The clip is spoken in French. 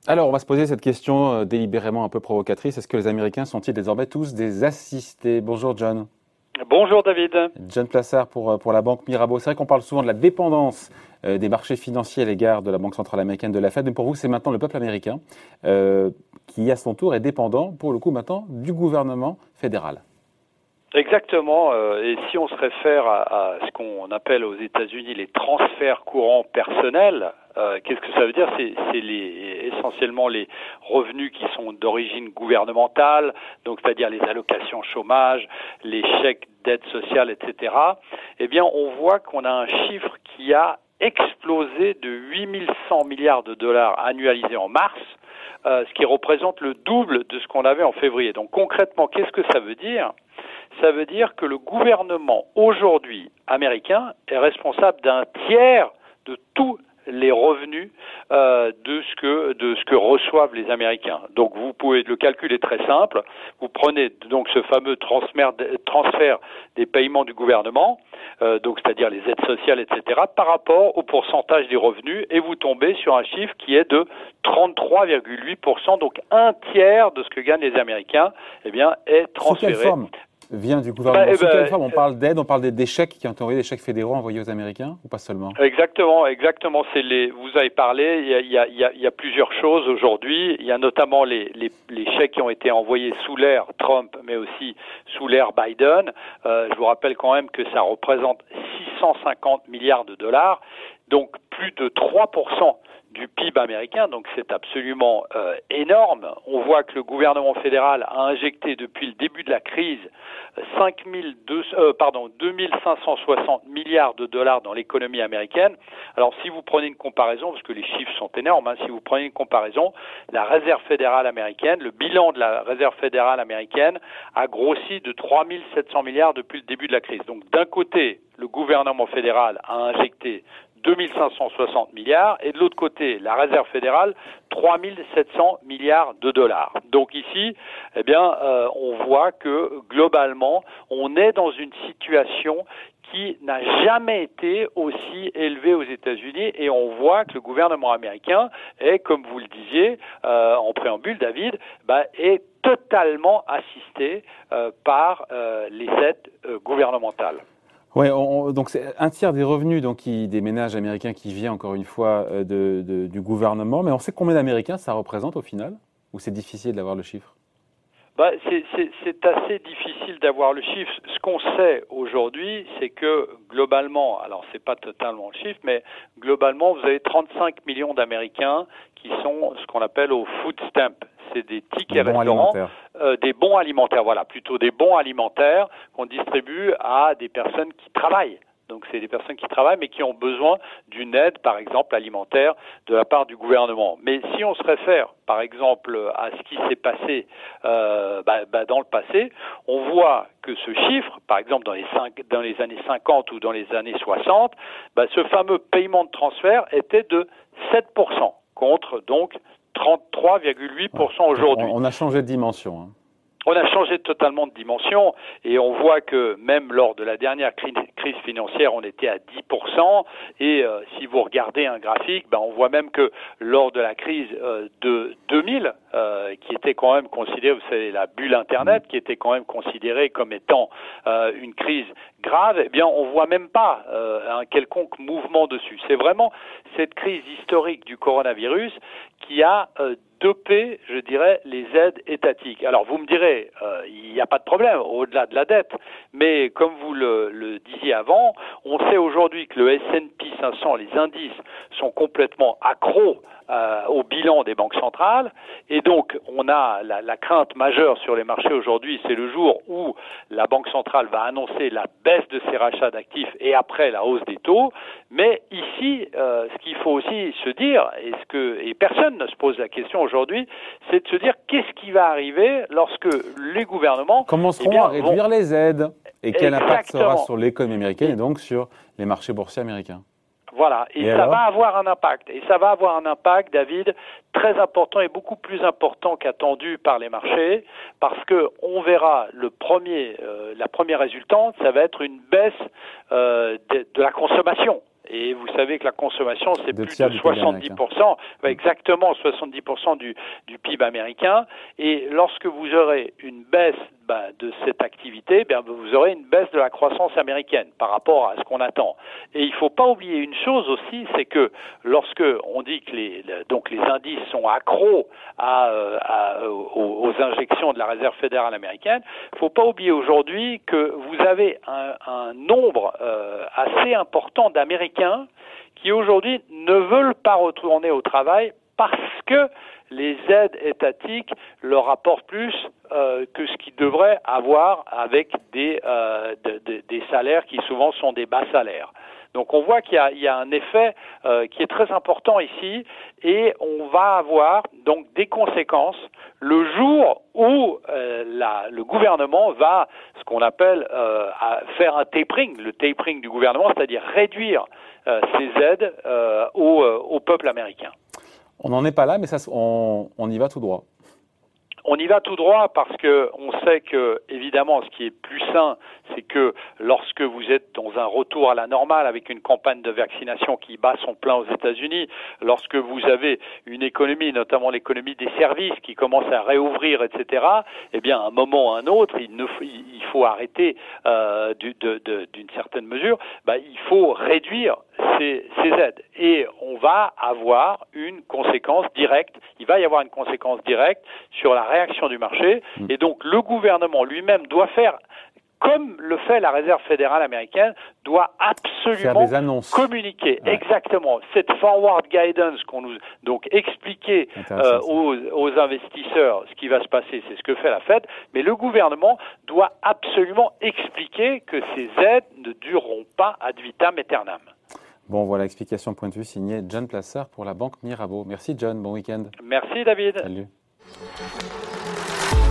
Alors, on va se poser cette question délibérément un peu provocatrice. Est-ce que les Américains sont-ils désormais tous des assistés? Bonjour John. Bonjour David. John Plassard pour la Banque Mirabeau. C'est vrai qu'on parle souvent de la dépendance des marchés financiers à l'égard de la Banque centrale américaine, de la Fed. Mais pour vous, c'est maintenant le peuple américain qui, à son tour, est dépendant, pour le coup maintenant, du gouvernement fédéral. Exactement. Et si on se réfère à ce qu'on appelle aux États-Unis les transferts courants personnels, qu'est-ce que ça veut dire? C'est essentiellement les revenus qui sont d'origine gouvernementale, donc c'est-à-dire les allocations chômage, les chèques d'aide sociale, etc. Eh bien, on voit qu'on a un chiffre qui a explosé de 8100 milliards de dollars annualisés en mars, ce qui représente le double de ce qu'on avait en février. Donc concrètement, qu'est-ce que ça veut dire? Ça veut dire que le gouvernement aujourd'hui américain est responsable d'un tiers de tous les revenus de ce que reçoivent les Américains. Donc vous pouvez, le calcul est très simple. Vous prenez donc ce fameux transfert des paiements du gouvernement, donc c'est-à-dire les aides sociales, etc., par rapport au pourcentage des revenus, et vous tombez sur un chiffre qui est de 33,8%. Donc un tiers de ce que gagnent les Américains, eh bien, est transféré. Sous quelle forme vient du gouvernement? Sous quelle forme? On parle d'aide, on parle des chèques qui ont été envoyés, des chèques fédéraux envoyés aux Américains, ou pas seulement? Exactement. Vous avez parlé, il y a plusieurs choses aujourd'hui. Il y a notamment les chèques qui ont été envoyés sous l'ère Trump, mais aussi sous l'ère Biden. Je vous rappelle quand même que ça représente 650 milliards de dollars, donc plus de 3% du PIB américain, donc c'est absolument énorme. On voit que le gouvernement fédéral a injecté depuis le début de la crise 2560 milliards de dollars dans l'économie américaine. Alors si vous prenez une comparaison, parce que les chiffres sont énormes, si vous prenez une comparaison, la réserve fédérale américaine, le bilan de la réserve fédérale américaine a grossi de 3700 milliards depuis le début de la crise. Donc d'un côté, le gouvernement fédéral a injecté 2560 milliards, et de l'autre côté, la Réserve fédérale, 3700 milliards de dollars. Donc ici, eh bien, on voit que globalement, on est dans une situation qui n'a jamais été aussi élevée aux États-Unis, et on voit que le gouvernement américain est, comme vous le disiez en préambule, David, est totalement assisté par les aides gouvernementales. Oui, donc c'est un tiers des revenus des ménages américains qui vient encore une fois du gouvernement, mais on sait combien d'Américains ça représente au final? Ou c'est difficile d'avoir le chiffre? C'est assez difficile d'avoir le chiffre. Ce qu'on sait aujourd'hui, c'est que globalement, alors c'est pas totalement le chiffre, mais globalement, vous avez 35 millions d'Américains qui sont ce qu'on appelle au food stamp. C'est des tickets restaurants, des bons alimentaires, voilà, plutôt des bons alimentaires qu'on distribue à des personnes qui travaillent. Donc c'est des personnes qui travaillent mais qui ont besoin d'une aide, par exemple alimentaire, de la part du gouvernement. Mais si on se réfère, par exemple, à ce qui s'est passé dans le passé, on voit que ce chiffre, par exemple dans les années 50 ou dans les années 60, ce fameux paiement de transfert était de 7%, contre donc 33,8% aujourd'hui. On a changé de dimension. On a changé totalement de dimension, et on voit que même lors de la dernière crise financière, on était à 10%, et si vous regardez un graphique, on voit même que lors de la crise de 2000, qui était quand même considérée, vous savez, la bulle Internet, qui était quand même considérée comme étant une crise grave, eh bien on voit même pas un quelconque mouvement dessus. C'est vraiment cette crise historique du coronavirus qui a doper, je dirais, les aides étatiques. Alors vous me direz, il n'y a pas de problème au-delà de la dette, mais comme vous le disiez avant, on sait aujourd'hui que le S&P 500, les indices, sont complètement accros au bilan des banques centrales, et donc on a la crainte majeure sur les marchés aujourd'hui, c'est le jour où la Banque centrale va annoncer la baisse de ses rachats d'actifs et après la hausse des taux. Mais ici, ce qu'il faut aussi se dire, et personne ne se pose la question aujourd'hui, c'est de se dire qu'est-ce qui va arriver lorsque les gouvernements commenceront à réduire les aides, et quel impact Exactement. sera sur l'économie américaine et donc sur les marchés boursiers américains. Voilà, et ça va avoir un impact. Et ça va avoir un impact, David, très important et beaucoup plus important qu'attendu par les marchés, parce que on verra la première résultante, ça va être une baisse de la consommation. Et vous savez que la consommation, c'est plus tiers de du PIB 70%, exactement 70% du PIB américain. Et lorsque vous aurez une baisse de cette activité, vous aurez une baisse de la croissance américaine par rapport à ce qu'on attend. Et il ne faut pas oublier une chose aussi, c'est que lorsque on dit que les indices sont accros aux injections de la Réserve fédérale américaine, il ne faut pas oublier aujourd'hui que vous avez un nombre assez important d'Américains qui aujourd'hui ne veulent pas retourner au travail parce que les aides étatiques leur apportent plus que ce qu'ils devraient avoir avec des salaires qui souvent sont des bas salaires. Donc on voit qu'il y a un effet qui est très important ici et on va avoir donc des conséquences le jour où le gouvernement va, ce qu'on appelle faire un tapering, le tapering du gouvernement, c'est-à-dire réduire ses aides au peuple américain. On n'en est pas là, mais on y va tout droit. On y va tout droit parce que on sait que, évidemment, ce qui est plus sain, c'est que lorsque vous êtes dans un retour à la normale avec une campagne de vaccination qui bat son plein aux États-Unis, lorsque vous avez une économie, notamment l'économie des services, qui commence à réouvrir, etc., eh bien, à un moment ou à un autre, il faut arrêter d'une certaine mesure, il faut réduire ces aides. Et on va avoir une conséquence directe, il va y avoir une conséquence directe sur la réaction du marché. Et donc, le gouvernement lui-même doit faire, comme le fait la Réserve fédérale américaine, doit absolument communiquer. Ouais. Exactement. Cette forward guidance qu'on nous donc expliquer aux investisseurs ce qui va se passer, c'est ce que fait la Fed, mais le gouvernement doit absolument expliquer que ces aides ne dureront pas ad vitam aeternam. Bon, voilà, explication point de vue signée John Plassard pour la Banque Mirabeau. Merci John, bon week-end. Merci David. Salut.